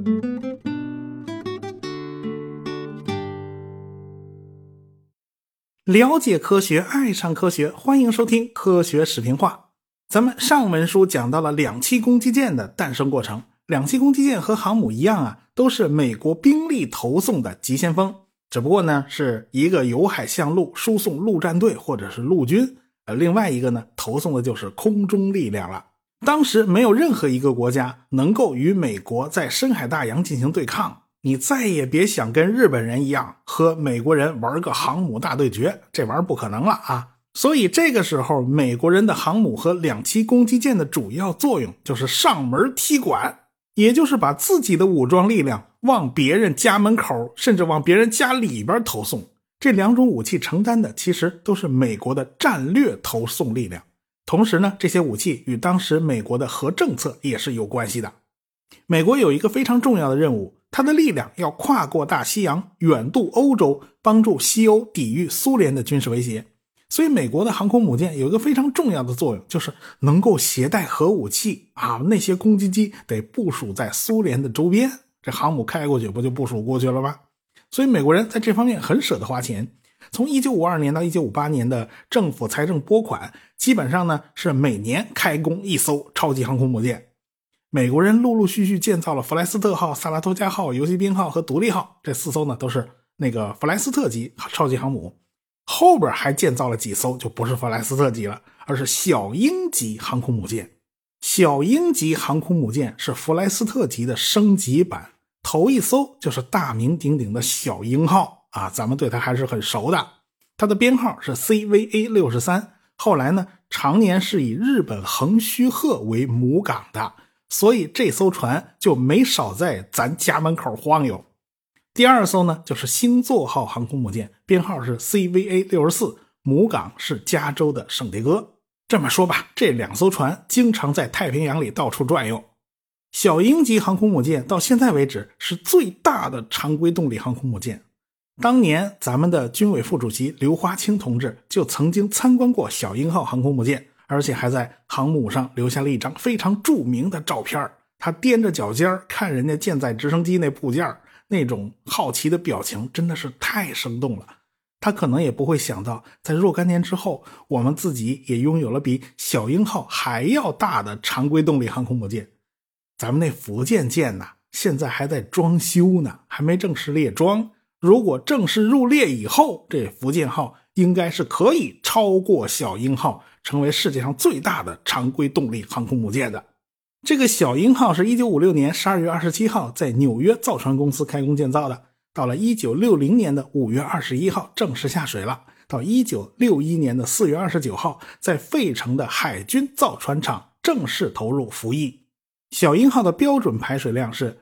了解科学，爱上科学，欢迎收听科学视频化。咱们上文书讲到了两栖攻击舰的诞生过程。两栖攻击舰和航母一样啊，都是美国兵力投送的急先锋，只不过呢是一个由海向陆输送陆战队或者是陆军，另外一个呢投送的就是空中力量了。当时没有任何一个国家能够与美国在深海大洋进行对抗，你再也别想跟日本人一样和美国人玩个航母大对决，这玩意儿不可能了啊！所以这个时候美国人的航母和两栖攻击舰的主要作用就是上门踢馆，也就是把自己的武装力量往别人家门口甚至往别人家里边投送。这两种武器承担的其实都是美国的战略投送力量，同时呢，这些武器与当时美国的核政策也是有关系的。美国有一个非常重要的任务，它的力量要跨过大西洋，远渡欧洲，帮助西欧抵御苏联的军事威胁。所以美国的航空母舰有一个非常重要的作用，就是能够携带核武器啊，那些攻击机得部署在苏联的周边，这航母开过去不就部署过去了吗？所以美国人在这方面很舍得花钱。从1952年到1958年的政府财政拨款，基本上呢是每年开工一艘超级航空母舰。美国人陆陆续续建造了弗莱斯特号、萨拉托加号、游骑兵号和独立号，这4艘呢都是那个弗莱斯特级超级航母。后边还建造了几艘就不是弗莱斯特级了，而是小鹰级航空母舰。小鹰级航空母舰是弗莱斯特级的升级版，头一艘就是大名鼎鼎的小鹰号啊，咱们对它还是很熟的。它的编号是 CVA63， 后来呢常年是以日本横须贺为母港的，所以这艘船就没少在咱家门口晃悠。第二艘呢就是星座号航空母舰，编号是 CVA64， 母港是加州的圣迭戈。这么说吧，这两艘船经常在太平洋里到处转悠。小鹰级航空母舰到现在为止是最大的常规动力航空母舰。当年咱们的军委副主席刘华清同志就曾经参观过小鹰号航空母舰，而且还在航母上留下了一张非常著名的照片。他踮着脚尖看人家舰载直升机那部件，那种好奇的表情真的是太生动了。他可能也不会想到，在若干年之后，我们自己也拥有了比小鹰号还要大的常规动力航空母舰。咱们那福建舰呢，现在还在装修呢，还没正式列装。如果正式入列以后，这福建号应该是可以超过小鹰号，成为世界上最大的常规动力航空母舰的。这个小鹰号是1956年12月27号在纽约造船公司开工建造的，到了1960年的5月21号正式下水了，到1961年的4月29号在费城的海军造船厂正式投入服役。小鹰号的标准排水量是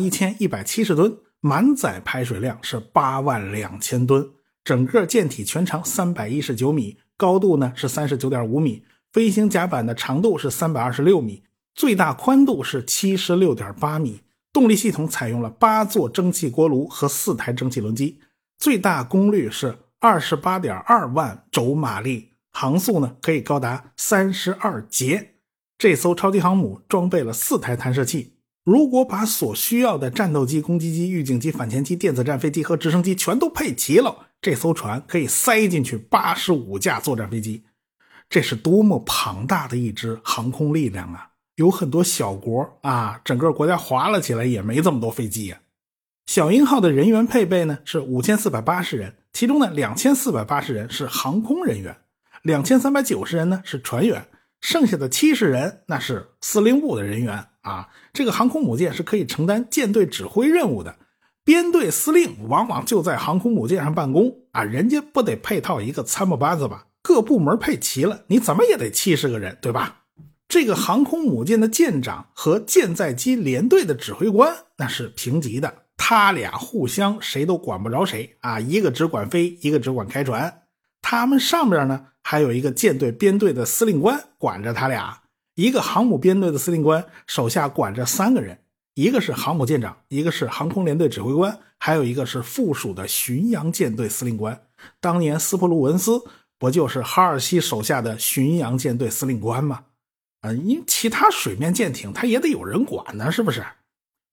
61170吨，满载排水量是82000吨，整个舰体全长319米，高度呢是 39.5 米，飞行甲板的长度是326米，最大宽度是 76.8 米，动力系统采用了8座蒸汽锅炉和4台蒸汽轮机，最大功率是 28.2 万轴马力，航速呢可以高达32节。这艘超级航母装备了4台弹射器，如果把所需要的战斗机、攻击机、预警机、反潜机、电子战飞机和直升机全都配齐了，这艘船可以塞进去85架作战飞机。这是多么庞大的一支航空力量啊！有很多小国啊，整个国家划了起来也没这么多飞机啊。小鹰号的人员配备呢是5480人，其中呢2480人是航空人员，2390人呢是船员，剩下的70人那是司令部的人员啊。这个航空母舰是可以承担舰队指挥任务的，编队司令往往就在航空母舰上办公啊，人家不得配套一个参谋班子吧？各部门配齐了，你怎么也得70个人，对吧？这个航空母舰的舰长和舰载机联队的指挥官那是平级的，他俩互相谁都管不着谁啊，一个只管飞，一个只管开船。他们上边呢还有一个舰队编队的司令官管着他俩，一个航母编队的司令官手下管着3个人，一个是航母舰长，一个是航空联队指挥官，还有一个是附属的巡洋舰队司令官。当年斯普鲁文斯不就是哈尔西手下的巡洋舰队司令官吗？因为其他水面舰艇他也得有人管呢，是不是？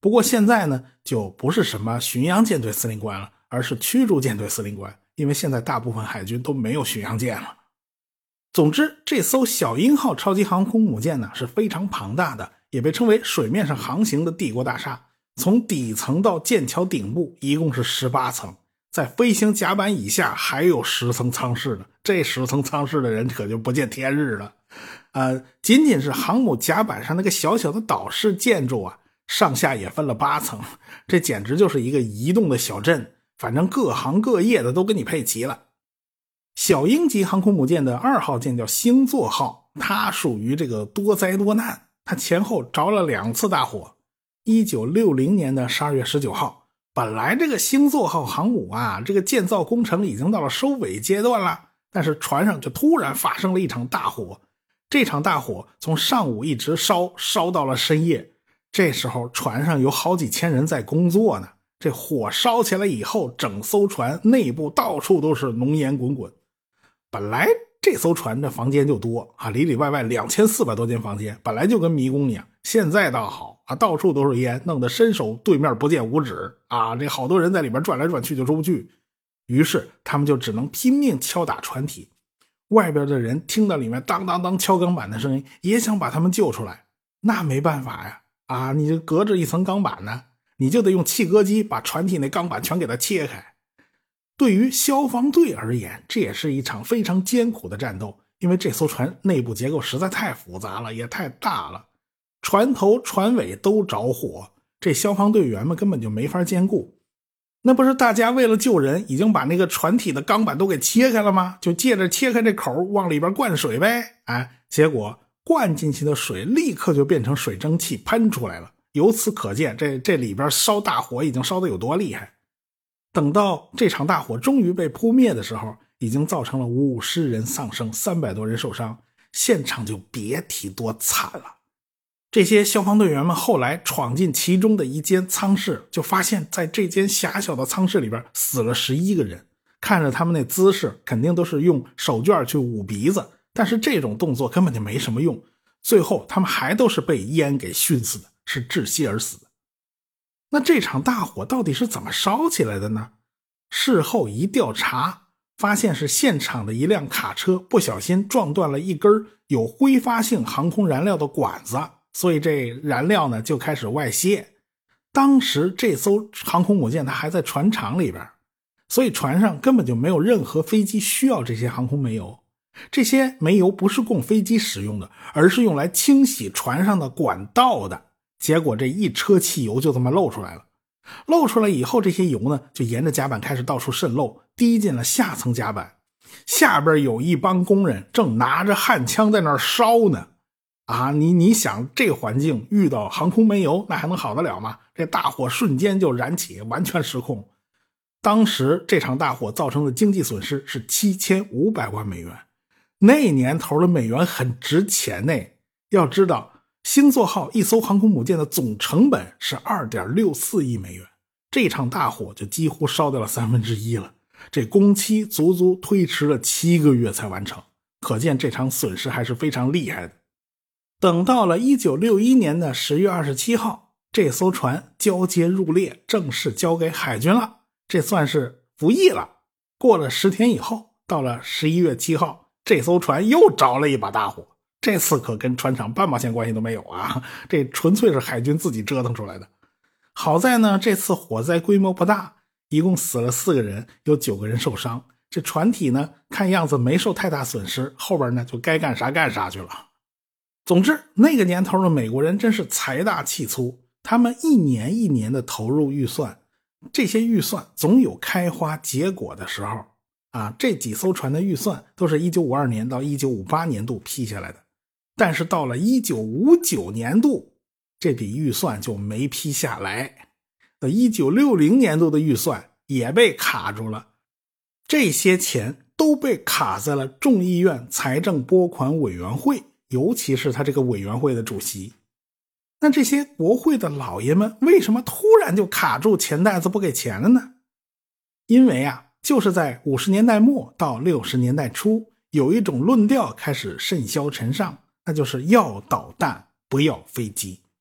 不过现在呢，就不是什么巡洋舰队司令官了，而是驱逐舰队司令官，因为现在大部分海军都没有巡洋舰了。总之，这艘小鹰号超级航空母舰呢是非常庞大的，也被称为水面上航行的帝国大厦。从底层到舰桥顶部一共是18层，在飞行甲板以下还有10层舱室呢。这10层舱室的人可就不见天日了。仅仅是航母甲板上那个小小的岛式建筑啊，上下也分了8层，这简直就是一个移动的小镇，反正各行各业的都给你配齐了。小鹰级航空母舰的2号舰叫星座号，它属于这个多灾多难，它前后着了2次大火。1960年的12月19号，本来这个星座号航母啊，这个建造工程已经到了收尾阶段了，但是船上就突然发生了一场大火。这场大火从上午一直烧到了深夜，这时候船上有好几千人在工作呢。这火烧起来以后，整艘船内部到处都是浓烟滚滚。本来这艘船的房间就多啊，里里外外2400多间房间，本来就跟迷宫一样。现在倒好啊，到处都是烟，弄得伸手对面不见五指啊！这好多人在里边转来转去就出不去，于是他们就只能拼命敲打船体。外边的人听到里面当当当敲钢板的声音，也想把他们救出来，那没办法呀！啊，你就隔着一层钢板呢，你就得用汽割机把船体那钢板全给它切开。对于消防队而言，这也是一场非常艰苦的战斗，因为这艘船内部结构实在太复杂了，也太大了，船头船尾都着火，这消防队员们根本就没法兼顾。那不是大家为了救人已经把那个船体的钢板都给切开了吗？就借着切开这口往里边灌水呗。结果灌进去的水立刻就变成水蒸气喷出来了，由此可见这里边烧大火已经烧得有多厉害。等到这场大火终于被扑灭的时候，已经造成了50人丧生，300多人受伤，现场就别提多惨了。这些消防队员们后来闯进其中的一间舱室，就发现在这间狭小的舱室里边死了11个人。看着他们那姿势，肯定都是用手绢去捂鼻子，但是这种动作根本就没什么用，最后他们还都是被烟给熏死的，是窒息而死的。那这场大火到底是怎么烧起来的呢？事后一调查，发现是现场的一辆卡车不小心撞断了一根有挥发性航空燃料的管子，所以这燃料呢就开始外泄。当时这艘航空母舰它还在船厂里边，所以船上根本就没有任何飞机需要这些航空煤油。这些煤油不是供飞机使用的，而是用来清洗船上的管道的。结果这一车汽油就这么漏出来了。漏出来以后，这些油呢就沿着甲板开始到处渗漏，滴进了下层甲板。下边有一帮工人正拿着焊枪在那儿烧呢。你想这环境遇到航空煤油那还能好得了吗？这大火瞬间就燃起，完全失控。当时这场大火造成的经济损失是7500万美元。那年头的美元很值钱呢。要知道星座号一艘航空母舰的总成本是 2.64 亿美元，这场大火就几乎烧掉了1/3了。这工期足足推迟了7个月才完成，可见这场损失还是非常厉害的。等到了1961年的10月27号，这艘船交接入列，正式交给海军了，这算是服役了。过了10天以后，到了11月7号，这艘船又着了一把大火。这次可跟船厂半毛钱关系都没有啊，这纯粹是海军自己折腾出来的。好在呢，这次火灾规模不大，一共死了4个人，有9个人受伤。这船体呢，看样子没受太大损失，后边呢就该干啥干啥去了。总之，那个年头的美国人真是财大气粗，他们一年一年的投入预算，这些预算总有开花结果的时候这几艘船的预算都是1952年到1958年度批下来的。但是到了1959年度，这笔预算就没批下来。1960年度的预算也被卡住了，这些钱都被卡在了众议院财政拨款委员会，尤其是他这个委员会的主席。那这些国会的老爷们为什么突然就卡住钱袋子不给钱了呢？因为就是在50年代末到60年代初，有一种论调开始甚嚣尘上，那就是要导弹不要飞机。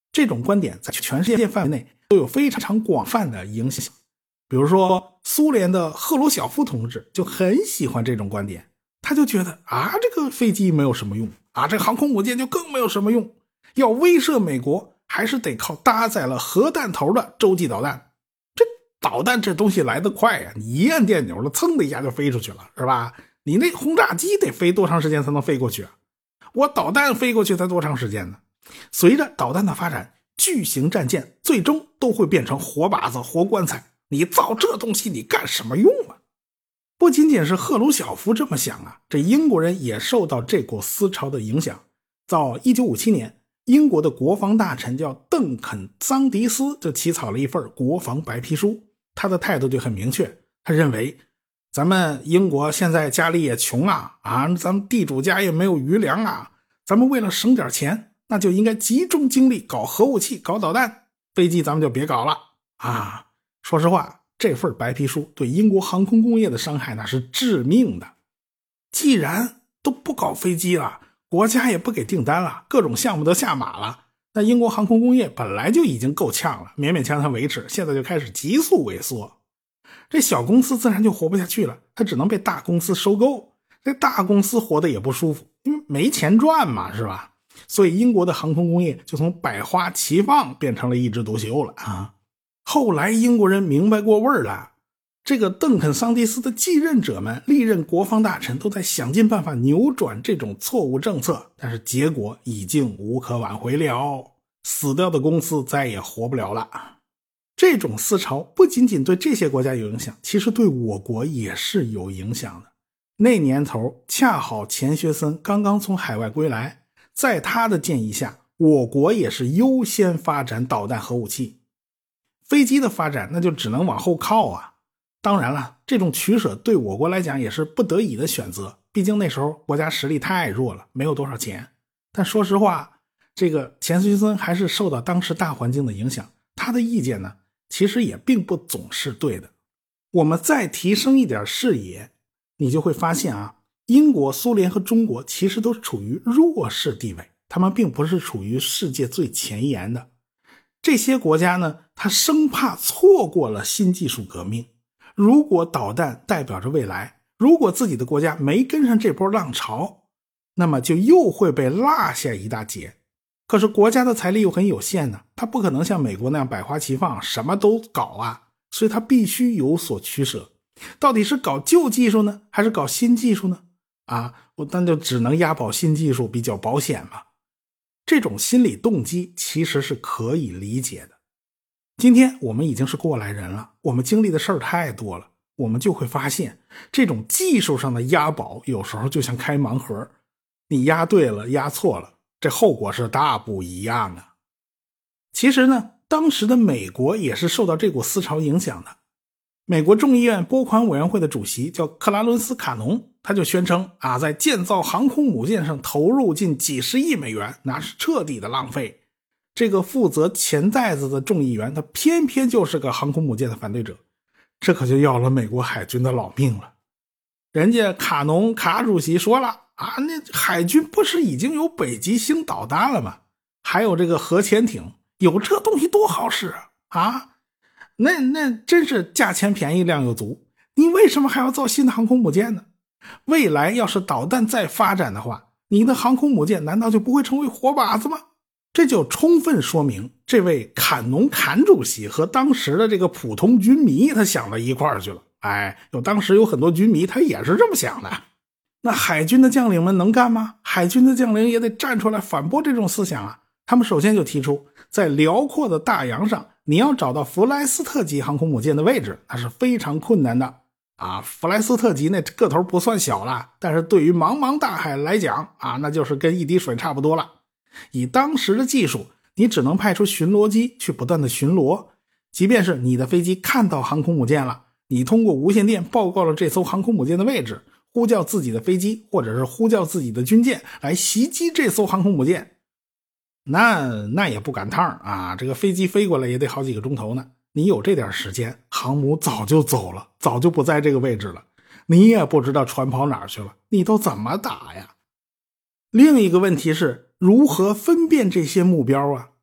这种观点在全世界范围内都有非常广泛的影响。比如说苏联的赫鲁晓夫同志就很喜欢这种观点，他就觉得这个飞机没有什么用这个航空母舰就更没有什么用，要威慑美国还是得靠搭载了核弹头的洲际导弹。这导弹这东西来得快呀，你一按电钮了，噌的一下就飞出去了，是吧？你那轰炸机得飞多长时间才能飞过去我导弹飞过去才多长时间呢？随着导弹的发展，巨型战舰最终都会变成活靶子、活棺材。你造这东西你干什么用不仅仅是赫鲁晓夫这么想这英国人也受到这股思潮的影响。到1957年，英国的国防大臣叫邓肯·桑迪斯就起草了一份国防白皮书，他的态度就很明确，他认为咱们英国现在家里也穷咱们地主家也没有余粮咱们为了省点钱，那就应该集中精力搞核武器、搞导弹，飞机咱们就别搞了说实话，这份白皮书对英国航空工业的伤害那是致命的。既然都不搞飞机了，国家也不给订单了，各种项目都下马了，那英国航空工业本来就已经够呛了，勉勉强强维持，现在就开始急速萎缩。这小公司自然就活不下去了，它只能被大公司收购。这大公司活得也不舒服，因为没钱赚嘛，是吧？所以英国的航空工业就从百花齐放变成了一枝独秀了后来英国人明白过味儿了，这个邓肯·桑迪斯的继任者们、历任国防大臣都在想尽办法扭转这种错误政策，但是结果已经无可挽回了，死掉的公司再也活不了了。这种思潮不仅仅对这些国家有影响，其实对我国也是有影响的。那年头恰好钱学森刚刚从海外归来，在他的建议下，我国也是优先发展导弹核武器。飞机的发展那就只能往后靠当然了，这种取舍对我国来讲也是不得已的选择，毕竟那时候国家实力太弱了，没有多少钱。但说实话，这个钱学森还是受到当时大环境的影响，他的意见呢，其实也并不总是对的。我们再提升一点视野，你就会发现英国、苏联和中国其实都处于弱势地位，他们并不是处于世界最前沿的。这些国家呢，他生怕错过了新技术革命。如果导弹代表着未来，如果自己的国家没跟上这波浪潮，那么就又会被落下一大截。可是国家的财力又很有限呢，他不可能像美国那样百花齐放，什么都搞所以他必须有所取舍。到底是搞旧技术呢，还是搞新技术呢？那就只能押宝新技术比较保险嘛。这种心理动机其实是可以理解的。今天我们已经是过来人了，我们经历的事儿太多了，我们就会发现这种技术上的押宝有时候就像开盲盒，你押对了押错了，这后果是大不一样其实呢，当时的美国也是受到这股思潮影响的。美国众议院拨款委员会的主席叫克拉伦斯·卡农，他就宣称在建造航空母舰上投入近几十亿美元，那是彻底的浪费。这个负责钱袋子的众议员，他偏偏就是个航空母舰的反对者，这可就要了美国海军的老命了。人家卡主席说了那海军不是已经有北极星导弹了吗？还有这个核潜艇，有这东西多好使那真是价钱便宜量又足，你为什么还要造新的航空母舰呢？未来要是导弹再发展的话，你的航空母舰难道就不会成为活靶子吗？这就充分说明这位坎主席和当时的这个普通军迷他想到一块儿去了。当时有很多军迷他也是这么想的。那海军的将领们能干吗？海军的将领也得站出来反驳这种思想他们首先就提出，在辽阔的大洋上，你要找到弗莱斯特级航空母舰的位置，那是非常困难的弗莱斯特级那个头不算小了，但是对于茫茫大海来讲那就是跟一滴水差不多了。以当时的技术，你只能派出巡逻机去不断的巡逻，即便是你的飞机看到航空母舰了，你通过无线电报告了这艘航空母舰的位置，呼叫自己的飞机或者是呼叫自己的军舰来袭击这艘航空母舰，那也不赶趟这个飞机飞过来也得好几个钟头呢。你有这点时间，航母早就走了，早就不在这个位置了，你也不知道船跑哪儿去了，你都怎么打呀？另一个问题是如何分辨这些目标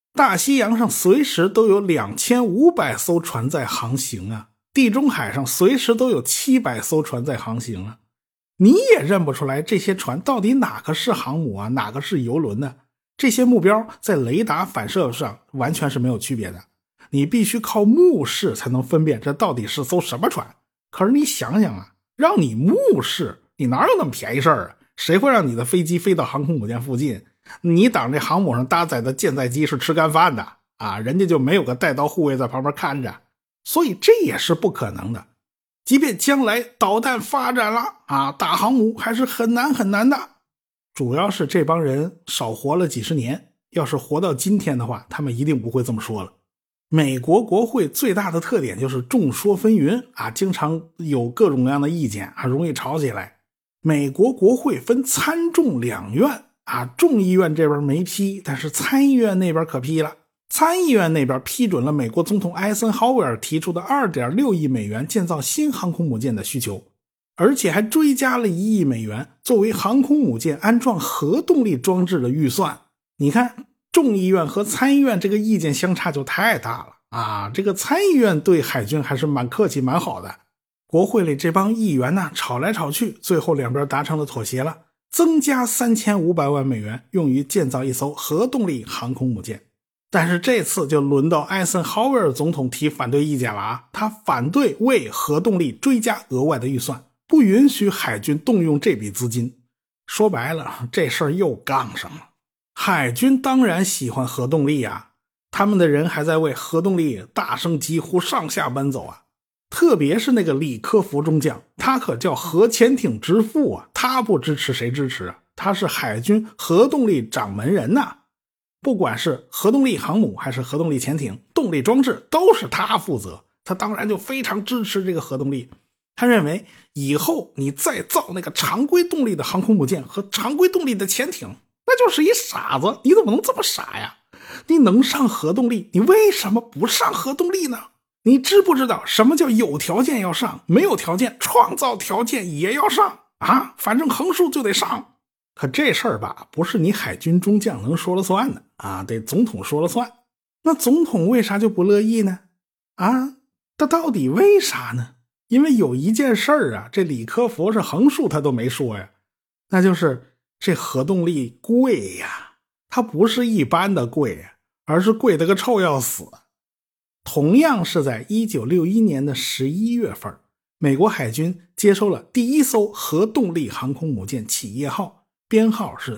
大西洋上随时都有2500艘船在航行啊，地中海上随时都有700艘船在航行啊。你也认不出来这些船到底哪个是航母啊，哪个是游轮呢？这些目标在雷达反射上完全是没有区别的，你必须靠目视才能分辨这到底是艘什么船。可是你想想啊，让你目视，你哪有那么便宜事儿啊？谁会让你的飞机飞到航空母舰附近？你当这航母上搭载的舰载机是吃干饭的啊？人家就没有个带刀护卫在旁边看着，所以这也是不可能的。即便将来导弹发展了啊，打航母还是很难很难的。主要是这帮人少活了几十年，要是活到今天的话，他们一定不会这么说了。美国国会最大的特点就是众说纷纭啊，经常有各种各样的意见，还容易吵起来。美国国会分参众两院啊，众议院这边没批，但是参议院那边可批了。参议院那边批准了美国总统艾森豪威尔提出的 2.6 亿美元建造新航空母舰的需求，而且还追加了1亿美元作为航空母舰安装核动力装置的预算。你看众议院和参议院这个意见相差就太大了啊！这个参议院对海军还是蛮客气蛮好的。国会里这帮议员呢，吵来吵去，最后两边达成了妥协了，增加3500万美元用于建造一艘核动力航空母舰。但是这次就轮到艾森豪威尔总统提反对意见了啊！他反对为核动力追加额外的预算，不允许海军动用这笔资金。说白了，这事儿又杠上了。海军当然喜欢核动力啊，他们的人还在为核动力大声疾呼，上下奔走啊。特别是那个李科福中将，他可叫核潜艇之父啊，他不支持谁支持啊？他是海军核动力掌门人呐。不管是核动力航母还是核动力潜艇，动力装置都是他负责，他当然就非常支持这个核动力。他认为以后你再造那个常规动力的航空母舰和常规动力的潜艇，那就是一傻子，你怎么能这么傻呀？你能上核动力，你为什么不上核动力呢？你知不知道什么叫有条件要上，没有条件创造条件也要上啊？反正横竖就得上。可这事儿吧，不是你海军中将能说了算的啊，得总统说了算。那总统为啥就不乐意呢？啊，他到底为啥呢？因为有一件事儿啊，这李科福是横竖他都没说呀，那就是这核动力贵呀，它不是一般的贵呀，而是贵得个臭要死。同样是在1961年的11月份，美国海军接收了第一艘核动力航空母舰企业号，编号是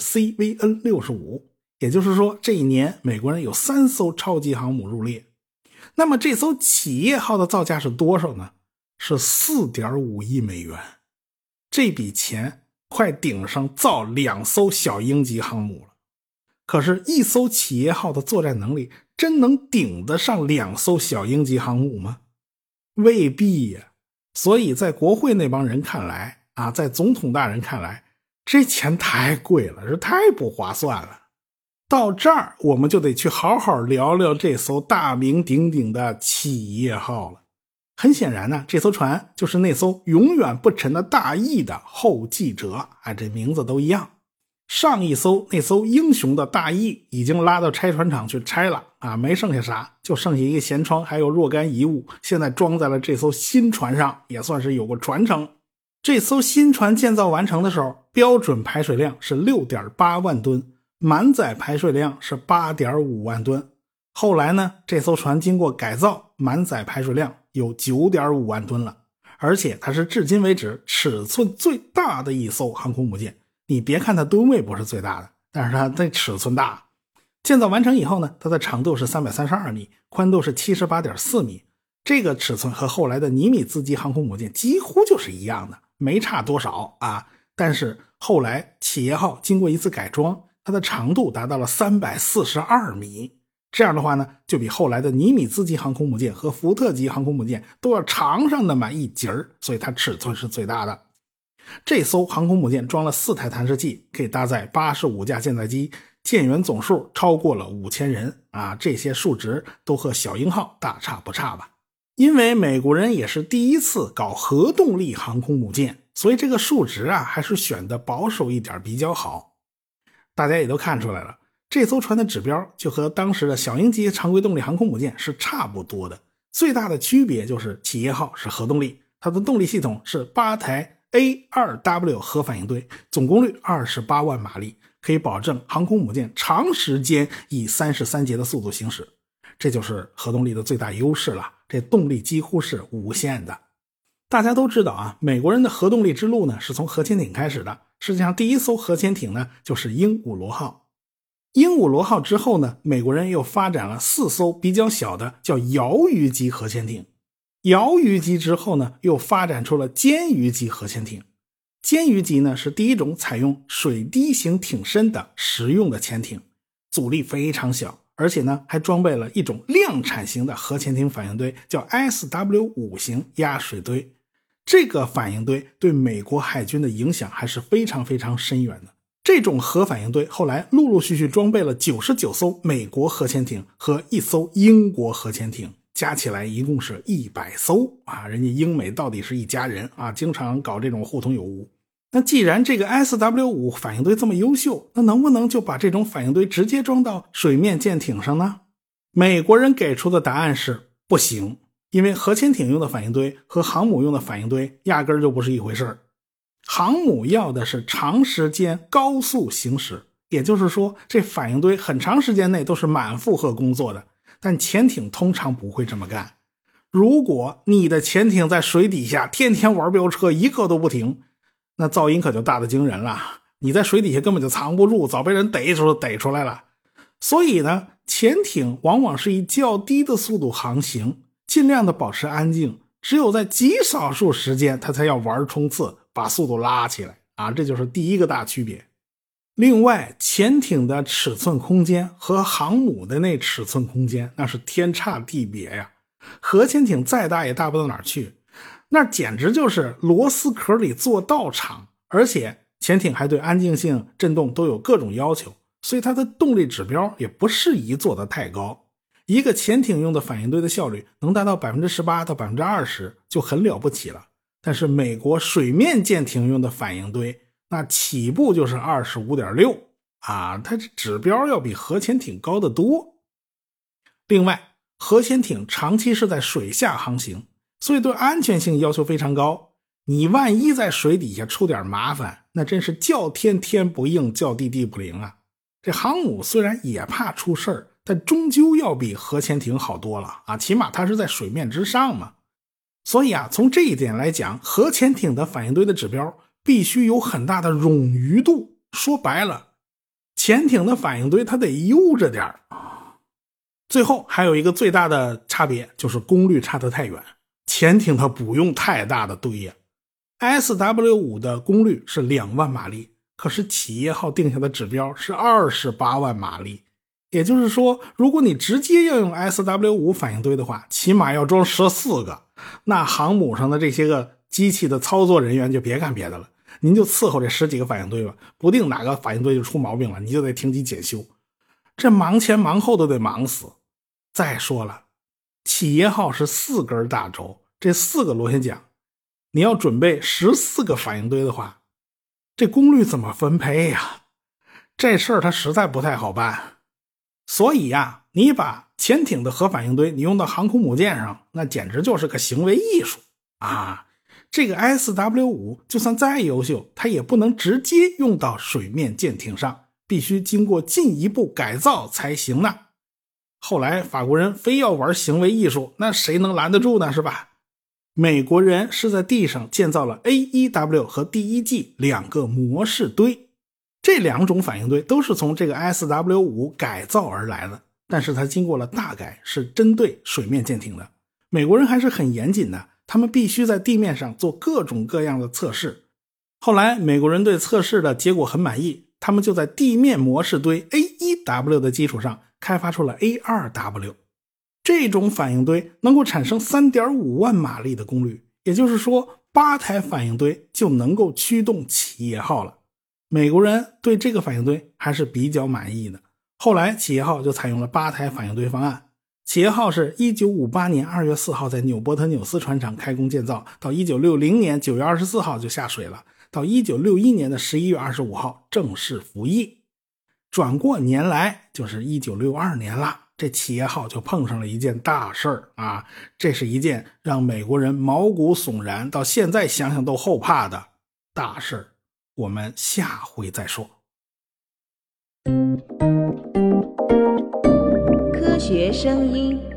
CVN-65， 也就是说这一年美国人有3艘超级航母入列。那么这艘企业号的造价是多少呢？是 4.5 亿美元。这笔钱快顶上造2艘小鹰级航母了。可是一艘企业号的作战能力真能顶得上2艘小鹰级航母吗？未必呀。所以在国会那帮人看来啊，在总统大人看来，这钱太贵了，这太不划算了。到这儿我们就得去好好聊聊这艘大名鼎鼎的企业号了。很显然呢，这艘船就是那艘永远不沉的大义的后继者啊，这名字都一样。上一艘那艘英雄的大义已经拉到拆船厂去拆了啊，没剩下啥，就剩下一个舷窗还有若干遗物，现在装在了这艘新船上，也算是有个传承。这艘新船建造完成的时候，标准排水量是 6.8 万吨，满载排水量是 8.5 万吨。后来呢，这艘船经过改造，满载排水量有 9.5 万吨了，而且它是至今为止尺寸最大的一艘航空母舰。你别看它吨位不是最大的，但是它的尺寸大。建造完成以后呢，它的长度是332米，宽度是 78.4 米。这个尺寸和后来的尼米兹级航空母舰几乎就是一样的，没差多少啊。但是后来企业号经过一次改装，它的长度达到了342米。这样的话呢，就比后来的尼米兹级航空母舰和福特级航空母舰都要长上那么一截儿，所以它尺寸是最大的。这艘航空母舰装了4台弹射器，可以搭载85架舰载机，舰员总数超过了5000人啊！这些数值都和小鹰号大差不差吧？因为美国人也是第一次搞核动力航空母舰，所以这个数值啊还是选的保守一点比较好。大家也都看出来了， 这艘船的指标就和当时的小鹰级常规动力航空母舰是差不多的，最大的区别就是企业号是核动力，它的动力系统是8台 A2W 核反应堆，总功率28万马力，可以保证航空母舰长时间以33节的速度行驶。这就是核动力的最大优势了，这动力几乎是无限的。大家都知道啊，美国人的核动力之路呢是从核潜艇开始的，实际上第一艘核潜艇呢就是鹦鹉螺号。鹦鹉螺号之后呢，美国人又发展了4艘比较小的叫鳐鱼级核潜艇。鳐鱼级之后呢，又发展出了尖鱼级核潜艇。尖鱼级呢是第一种采用水滴型挺身的实用的潜艇，阻力非常小，而且呢还装备了一种量产型的核潜艇反应堆，叫 SW5 型压水堆。这个反应堆对美国海军的影响还是非常非常深远的。这种核反应堆后来陆陆续续装备了99艘美国核潜艇和1艘英国核潜艇，加起来一共是100艘啊！人家英美到底是一家人啊，经常搞这种互通有无。那既然这个 SW5 反应堆这么优秀，那能不能就把这种反应堆直接装到水面舰艇上呢？美国人给出的答案是不行，因为核潜艇用的反应堆和航母用的反应堆压根儿就不是一回事儿。航母要的是长时间高速行驶，也就是说这反应堆很长时间内都是满负荷工作的，但潜艇通常不会这么干。如果你的潜艇在水底下天天玩飙车一刻都不停，那噪音可就大得惊人了，你在水底下根本就藏不住，早被人逮出来了。所以呢，潜艇往往是以较低的速度航行，尽量的保持安静，只有在极少数时间它才要玩冲刺，把速度拉起来啊，这就是第一个大区别。另外，潜艇的尺寸空间和航母的那尺寸空间那是天差地别呀。核潜艇再大也大不到哪儿去，那简直就是螺丝壳里做道场，而且潜艇还对安静性、震动都有各种要求，所以它的动力指标也不适宜做得太高。一个潜艇用的反应堆的效率能达到 18% 到 20% 就很了不起了，但是美国水面舰艇用的反应堆那起步就是 25.6 啊，它这指标要比核潜艇高得多。另外，核潜艇长期是在水下航行，所以对安全性要求非常高，你万一在水底下出点麻烦，那真是叫天天不应，叫地地不灵啊。这航母虽然也怕出事儿，但终究要比核潜艇好多了啊，起码它是在水面之上嘛。所以啊，从这一点来讲，核潜艇的反应堆的指标必须有很大的冗余度。说白了，潜艇的反应堆它得悠着点儿。最后还有一个最大的差别，就是功率差得太远。潜艇它不用太大的堆呀。SW5 的功率是2万马力，可是企业号定下的指标是28万马力。也就是说，如果你直接要用 SW5 反应堆的话，起码要装14个。那航母上的这些个机器的操作人员就别干别的了，您就伺候这10几个反应堆吧，不定哪个反应堆就出毛病了，你就得停机检修。这忙前忙后都得忙死。再说了，企业号是4根大轴，这4个螺旋桨，你要准备14个反应堆的话，这功率怎么分配呀？这事儿它实在不太好办。所以呀，你把潜艇的核反应堆你用到航空母舰上，那简直就是个行为艺术啊！这个 SW5 就算再优秀，它也不能直接用到水面舰艇上，必须经过进一步改造才行呢。后来法国人非要玩行为艺术，那谁能拦得住呢，是吧？美国人是在地上建造了 AEW 和 DEG 2个模式堆，这2种反应堆都是从这个 SW5 改造而来的，但是它经过了大改，是针对水面舰艇的。美国人还是很严谨的，他们必须在地面上做各种各样的测试。后来美国人对测试的结果很满意，他们就在地面模式堆 A1W 的基础上开发出了 A2W。 这种反应堆能够产生 3.5 万马力的功率，也就是说8台反应堆就能够驱动企业号了。美国人对这个反应堆还是比较满意的，后来企业号就采用了8台反应堆方案。企业号是1958年2月4号在纽波特纽斯船厂开工建造，到1960年9月24号就下水了，到1961年的11月25号正式服役。 转过年来就是1962年了，这企业号就碰上了一件大事儿啊！这是一件让美国人毛骨悚然，到现在想想都后怕的大事儿。我们下回再说。 科学声音。